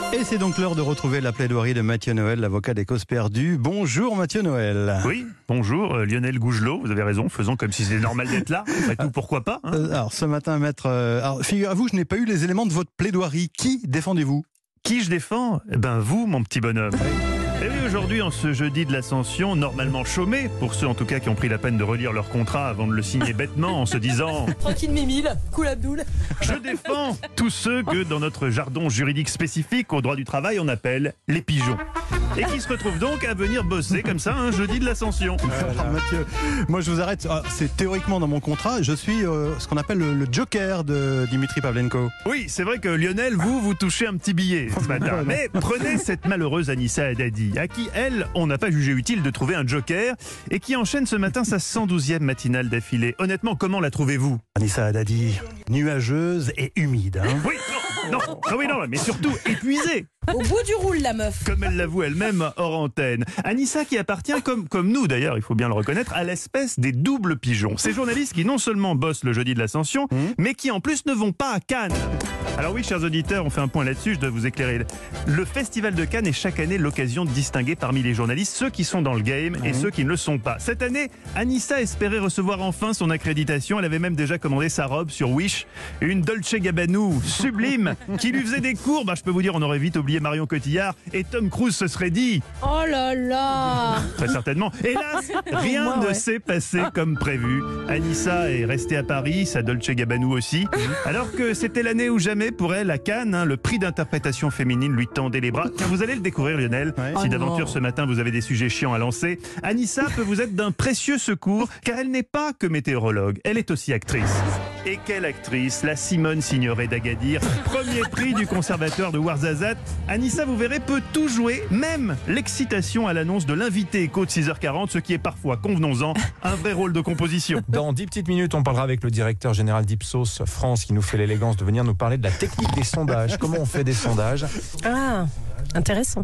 Et c'est donc l'heure de retrouver la plaidoirie de Mathieu Noël, l'avocat des causes perdues. Bonjour Mathieu Noël. Oui, bonjour Lionel Gougelot, vous avez raison, faisons comme si c'était normal d'être là. Après tout, pourquoi pas hein. Alors ce matin, maître, alors, figurez-vous, je n'ai pas eu les éléments de votre plaidoirie. Qui défendez-vous? Qui je défends? Eh ben vous, mon petit bonhomme. Et oui, aujourd'hui, en ce jeudi de l'Ascension, normalement chômé, pour ceux en tout cas qui ont pris la peine de relire leur contrat avant de le signer bêtement en se disant « Tranquille Mimile, cool Abdoul ». Je défends tous ceux que dans notre jargon juridique spécifique au droit du travail, on appelle les pigeons. Et qui se retrouvent donc à venir bosser comme ça un jeudi de l'Ascension. Alors, Mathieu, moi je vous arrête. C'est théoriquement dans mon contrat. Je suis ce qu'on appelle le joker de Dimitri Pavlenko. Oui, c'est vrai que Lionel, vous touchez un petit billet ce matin. Mais prenez cette malheureuse Anissa Haddadi, à qui, elle, on n'a pas jugé utile de trouver un joker, et qui enchaîne ce matin sa 112e matinale d'affilée. Honnêtement, comment la trouvez-vous? Anissa Haddadi, nuageuse et humide. Hein. Oui, non, mais surtout épuisée. Au bout du roule la meuf. Comme elle l'avoue elle-même hors antenne. Anissa qui appartient, comme nous d'ailleurs, il faut bien le reconnaître, à l'espèce des doubles pigeons. Ces journalistes qui non seulement bossent le jeudi de l'Ascension, mais qui en plus ne vont pas à Cannes. Alors oui, chers auditeurs, on fait un point là-dessus, je dois vous éclairer. Le Festival de Cannes est chaque année l'occasion de distinguer parmi les journalistes ceux qui sont dans le game et ceux qui ne le sont pas. Cette année, Anissa espérait recevoir enfin son accréditation. Elle avait même déjà commandé sa robe sur Wish. Une Dolce Gabbana sublime qui lui faisait des cours. Je peux vous dire, on aurait vite oublié Marion Cotillard et Tom Cruise se serait dit Oh là là. très certainement. Hélas, rien ne s'est passé comme prévu. Anissa est restée à Paris, sa Dolce Gabbana aussi, alors que c'était l'année ou jamais pour elle à Cannes. Le prix d'interprétation féminine lui tendait les bras. Car vous allez le découvrir, Lionel. Si d'aventure ce matin vous avez des sujets chiants à lancer, Anissa peut vous être d'un précieux secours, car elle n'est pas que météorologue, elle est aussi actrice. Et quelle actrice, la Simone Signoret d'Agadir, premier prix du conservatoire de Ouarzazate. Anissa, vous verrez, peut tout jouer, même l'excitation à l'annonce de l'invité écho de 6h40, ce qui est parfois, convenons-en, un vrai rôle de composition. Dans 10 petites minutes, on parlera avec le directeur général d'Ipsos France qui nous fait l'élégance de venir nous parler de la technique des sondages. Comment on fait des sondages? Ah, intéressant.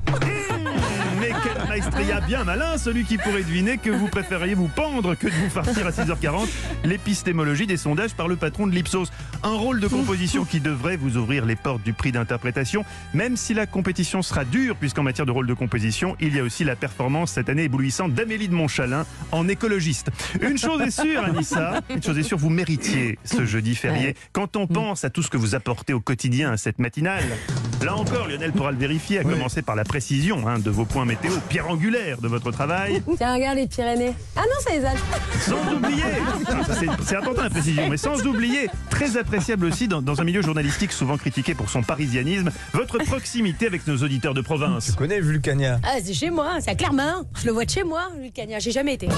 Mais quel maestria bien malin, celui qui pourrait deviner que vous préfériez vous pendre que de vous farcir à 6h40 l'épistémologie des sondages par le patron de l'Ipsos. Un rôle de composition qui devrait vous ouvrir les portes du prix d'interprétation, même si la compétition sera dure, puisqu'en matière de rôle de composition, il y a aussi la performance cette année éblouissante d'Amélie de Montchalin en écologiste. Une chose est sûre, Anissa, vous méritiez ce jeudi férié. Quand on pense à tout ce que vous apportez au quotidien à cette matinale, là encore, Lionel pourra le vérifier, à commencer par la précision de vos points météo, pierre angulaire de votre travail. Tiens, regarde les Pyrénées. Ah non, c'est les Alpes. Sans oublier, c'est important la précision, mais sans oublier, très appréciable aussi dans un milieu journalistique souvent critiqué pour son parisianisme, votre proximité avec nos auditeurs de province. Tu connais Vulcania? Ah, c'est chez moi, c'est à Clermain. Je le vois de chez moi, Lucania. J'ai jamais été.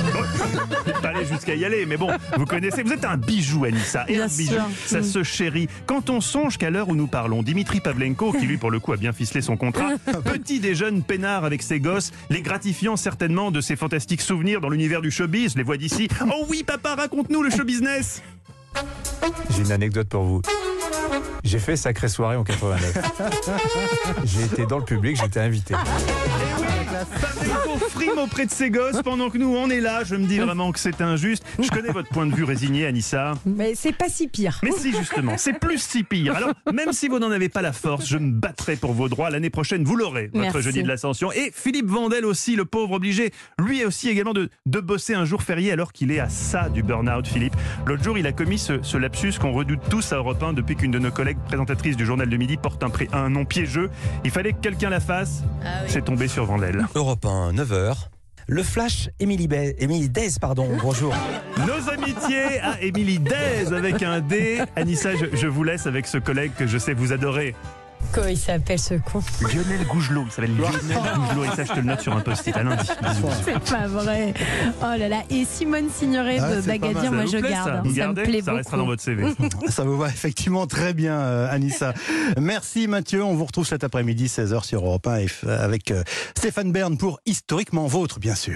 Pas aller jusqu'à y aller, mais bon, vous connaissez, vous êtes un bijou, Anissa, et Bien un bijou, sûr. ça se chérit. Quand on songe qu'à l'heure où nous parlons, Dimitri Pavlenko, qui lui pour le coup a bien ficelé son contrat, petit déjeune peinard avec ses gosses, les gratifiant certainement de ses fantastiques souvenirs dans l'univers du showbiz, je les vois d'ici. Oh oui papa, raconte-nous le show business. J'ai une anecdote pour vous. J'ai fait sacrée soirée en 89. J'ai été dans le public, j'étais invité. Pavlenko frime auprès de ses gosses pendant que nous on est là. Je me dis vraiment que c'est injuste. Je connais votre point de vue résigné, Anissa. Mais c'est pas si pire. Mais si, justement, c'est plus si pire. Alors, même si vous n'en avez pas la force, je me battrai pour vos droits. L'année prochaine, vous l'aurez, votre Merci. jeudi de l'Ascension. Et Philippe Vandel aussi, le pauvre obligé, lui aussi également de bosser un jour férié alors qu'il est à ça du burn-out, Philippe. L'autre jour, il a commis ce lapsus qu'on redoute tous à Europe 1 depuis qu'une de nos collègues présentatrices du Journal de Midi porte un nom piégeux. Il fallait que quelqu'un la fasse. Ah oui. C'est tombé sur Vandel. Europe 1, 9h. Le flash, Émilie Dez, bonjour. Nos amitiés à Émilie Dez avec un D. Anissa, je vous laisse avec ce collègue que je sais vous adorer. Comment il s'appelle ce con? Lionel Gougelot, il s'appelle Lionel Gougelot, et ça je te le note sur un post-it à lundi. Bisous. C'est pas vrai. Oh là là. Et Simone Signoret c'est pas d'Agadir, mal. moi Ça je vous plaît, garde. ça Vous Ça me gardez plaît Ça restera beaucoup. dans votre CV. Ça vous va effectivement très bien, Anissa. Merci Mathieu. On vous retrouve cet après-midi 16h sur Europe 1 avec Stéphane Bern pour Historiquement Vôtre, bien sûr.